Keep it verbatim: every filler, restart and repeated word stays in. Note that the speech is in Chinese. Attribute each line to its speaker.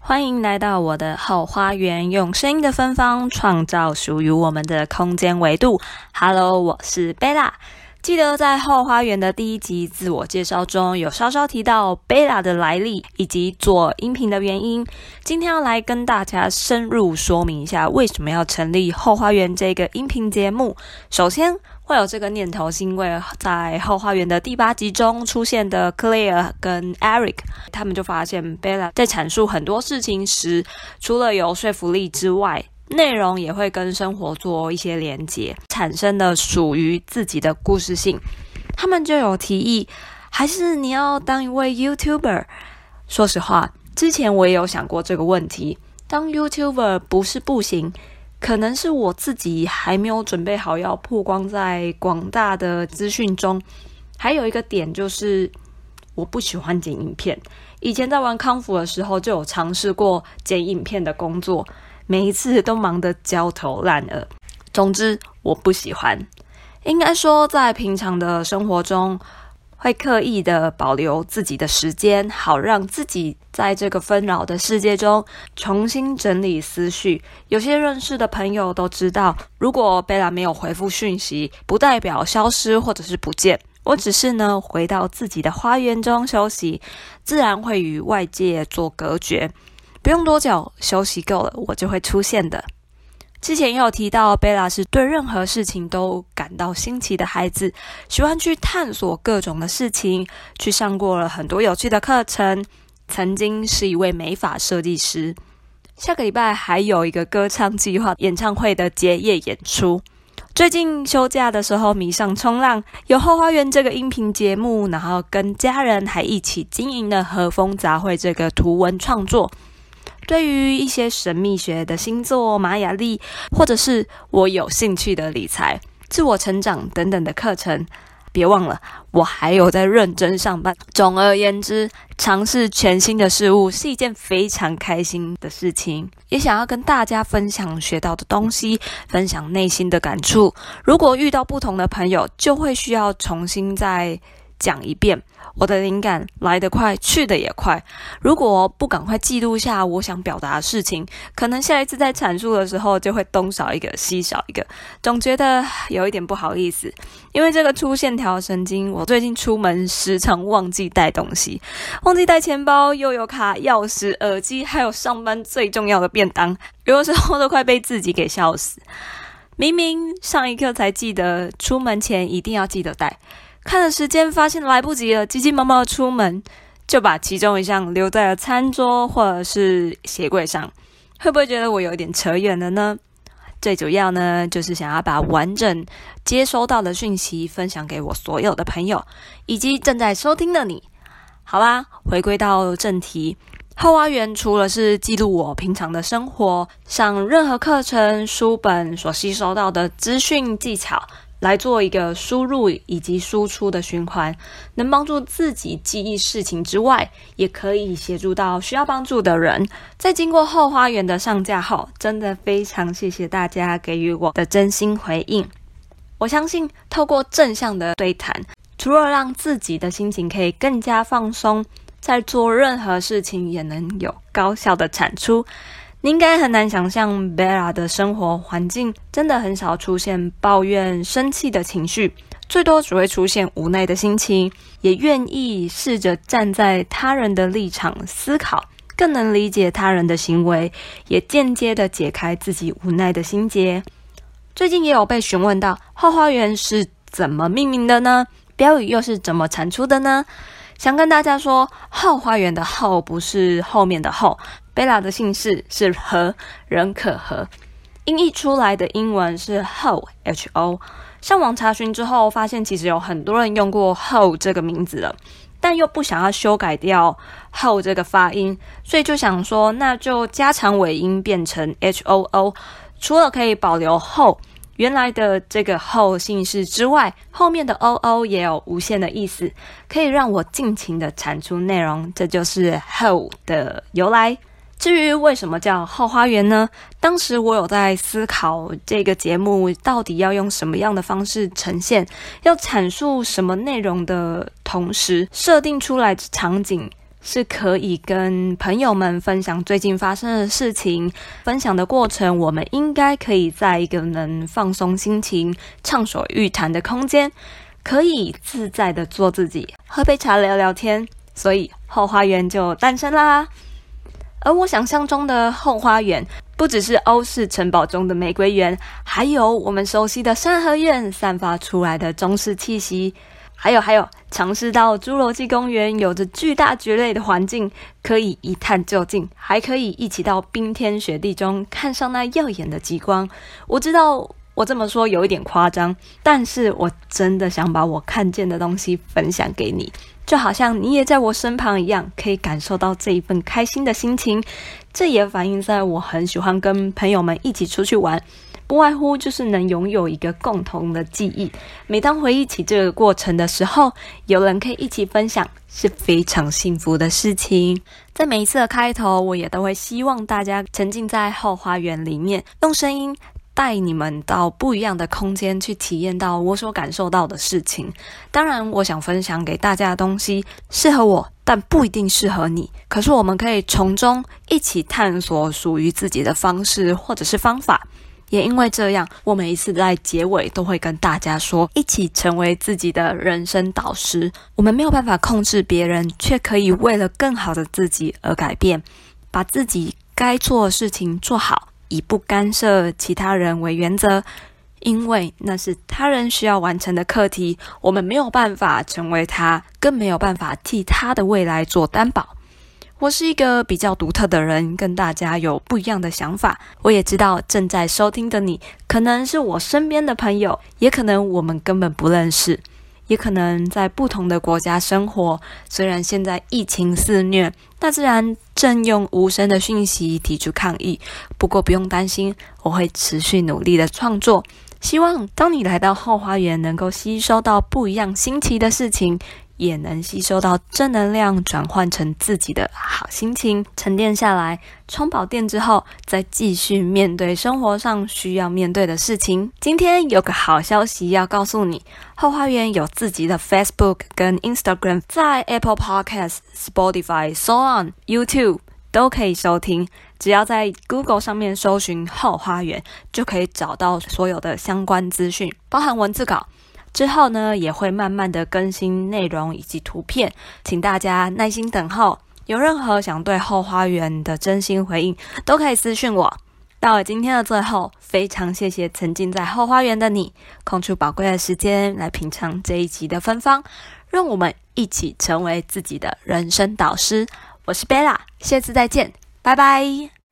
Speaker 1: 欢迎来到我的后花园，用声音的芬芳创造属于我们的空间维度。Hello， 我是贝拉。记得在后花园的第一集自我介绍中有稍稍提到贝拉的来历以及做音频的原因，今天要来跟大家深入说明一下为什么要成立后花园这个音频节目。首先会有这个念头是因为在后花园的第八集中出现的 Claire 跟 Eric， 他们就发现 Bella 在阐述很多事情时，除了有说服力之外，内容也会跟生活做一些连结，产生了属于自己的故事性。他们就有提议，还是你要当一位 YouTuber？ 说实话，之前我也有想过这个问题，当 YouTuber 不是不行，可能是我自己还没有准备好要曝光在广大的资讯中。还有一个点就是我不喜欢剪影片，以前在玩康复的时候就有尝试过剪影片的工作，每一次都忙得焦头烂额。总之我不喜欢，应该说在平常的生活中会刻意的保留自己的时间，好让自己在这个纷扰的世界中重新整理思绪。有些认识的朋友都知道，如果贝拉没有回复讯息，不代表消失或者是不见，我只是呢回到自己的花园中休息，自然会与外界做隔绝，不用多久，休息够了我就会出现的。之前也有提到，贝拉是对任何事情都感到新奇的孩子，喜欢去探索各种的事情，去上过了很多有趣的课程，曾经是一位美发设计师。下个礼拜还有一个歌唱计划演唱会的结业演出。最近休假的时候迷上冲浪，有后花园这个音频节目，然后跟家人还一起经营了和风杂烩这个图文创作。对于一些神秘学的星座、玛雅历，或者是我有兴趣的理财、自我成长等等的课程，别忘了我还有在认真上班。总而言之，尝试全新的事物是一件非常开心的事情，也想要跟大家分享学到的东西，分享内心的感触。如果遇到不同的朋友，就会需要重新再讲一遍。我的灵感来得快，去得也快。如果不赶快记录下我想表达的事情，可能下一次在阐述的时候就会东少一个西少一个，总觉得有一点不好意思。因为这个粗线条神经，我最近出门时常忘记带东西，忘记带钱包、悠游卡、钥匙、耳机，还有上班最重要的便当，有的时候都快被自己给笑死。明明上一刻才记得出门前一定要记得带，看了时间发现来不及了，急急忙忙的出门，就把其中一项留在了餐桌或者是鞋柜上。会不会觉得我有点扯远了呢？最主要呢，就是想要把完整接收到的讯息分享给我所有的朋友，以及正在收听的你。好啦，回归到正题，后花园除了是记录我平常的生活，上任何课程、书本所吸收到的资讯技巧，来做一个输入以及输出的循环，能帮助自己记忆事情之外，也可以协助到需要帮助的人。在经过后花园的上架后，真的非常谢谢大家给予我的真心回应。我相信透过正向的对谈，除了让自己的心情可以更加放松，在做任何事情也能有高效的产出。你应该很难想象 Bella 的生活环境真的很少出现抱怨、生气的情绪，最多只会出现无奈的心情，也愿意试着站在他人的立场思考，更能理解他人的行为，也间接的解开自己无奈的心结。最近也有被询问到后花园是怎么命名的呢？标语又是怎么产出的呢？想跟大家说，后花园的后不是后面的后，贝拉的姓氏是和，人可和，音译出来的英文是 Ho H O。 上网查询之后发现其实有很多人用过 Ho 这个名字了，但又不想要修改掉 Ho 这个发音，所以就想说那就加长尾音变成 H O O。 除了可以保留 Ho 原来的这个后姓氏之外，后面的 O O 也有无限的意思，可以让我尽情的产出内容，这就是 Ho 的由来。至于为什么叫后花园呢？当时我有在思考这个节目到底要用什么样的方式呈现，要阐述什么内容的同时，设定出来的场景是可以跟朋友们分享最近发生的事情，分享的过程我们应该可以在一个能放松心情、畅所欲谈的空间，可以自在的做自己，喝杯茶聊聊天，所以后花园就诞生啦。而我想象中的后花园不只是欧式城堡中的玫瑰园，还有我们熟悉的三合院散发出来的中式气息，还有还有尝试到侏罗纪公园有着巨大蕨类的环境，可以一探究竟，还可以一起到冰天雪地中看上那耀眼的极光。我知道我这么说有一点夸张，但是我真的想把我看见的东西分享给你，就好像你也在我身旁一样，可以感受到这一份开心的心情。这也反映在我很喜欢跟朋友们一起出去玩，不外乎就是能拥有一个共同的记忆。每当回忆起这个过程的时候，有人可以一起分享，是非常幸福的事情。在每一次的开头，我也都会希望大家沉浸在后花园里面，用声音带你们到不一样的空间，去体验到我所感受到的事情。当然，我想分享给大家的东西适合我，但不一定适合你。可是我们可以从中一起探索属于自己的方式或者是方法。也因为这样，我每一次在结尾都会跟大家说，一起成为自己的人生导师。我们没有办法控制别人，却可以为了更好的自己而改变，把自己该做的事情做好，以不干涉其他人为原则，因为那是他人需要完成的课题，我们没有办法成为他，更没有办法替他的未来做担保。我是一个比较独特的人，跟大家有不一样的想法。我也知道正在收听的你，可能是我身边的朋友，也可能我们根本不认识，也可能在不同的国家生活。虽然现在疫情肆虐，大自然正用无声的讯息提出抗议，不过不用担心，我会持续努力的创作。希望当你来到后花园，能够吸收到不一样新奇的事情，也能吸收到正能量，转换成自己的好心情，沉淀下来，充饱电之后，再继续面对生活上需要面对的事情。今天有个好消息要告诉你，后花园有自己的 Facebook 跟 Instagram， 在 Apple Podcast、Spotify、SoundOn、YouTube 都可以收听，只要在 Google 上面搜寻后花园，就可以找到所有的相关资讯，包含文字稿。之后呢，也会慢慢的更新内容以及图片，请大家耐心等候。有任何想对后花园的真心回应，都可以私讯我。到了今天的最后，非常谢谢沉浸在后花园的你，空出宝贵的时间来品尝这一集的芬芳，让我们一起成为自己的人生导师。我是 Bella， 下次再见，拜拜。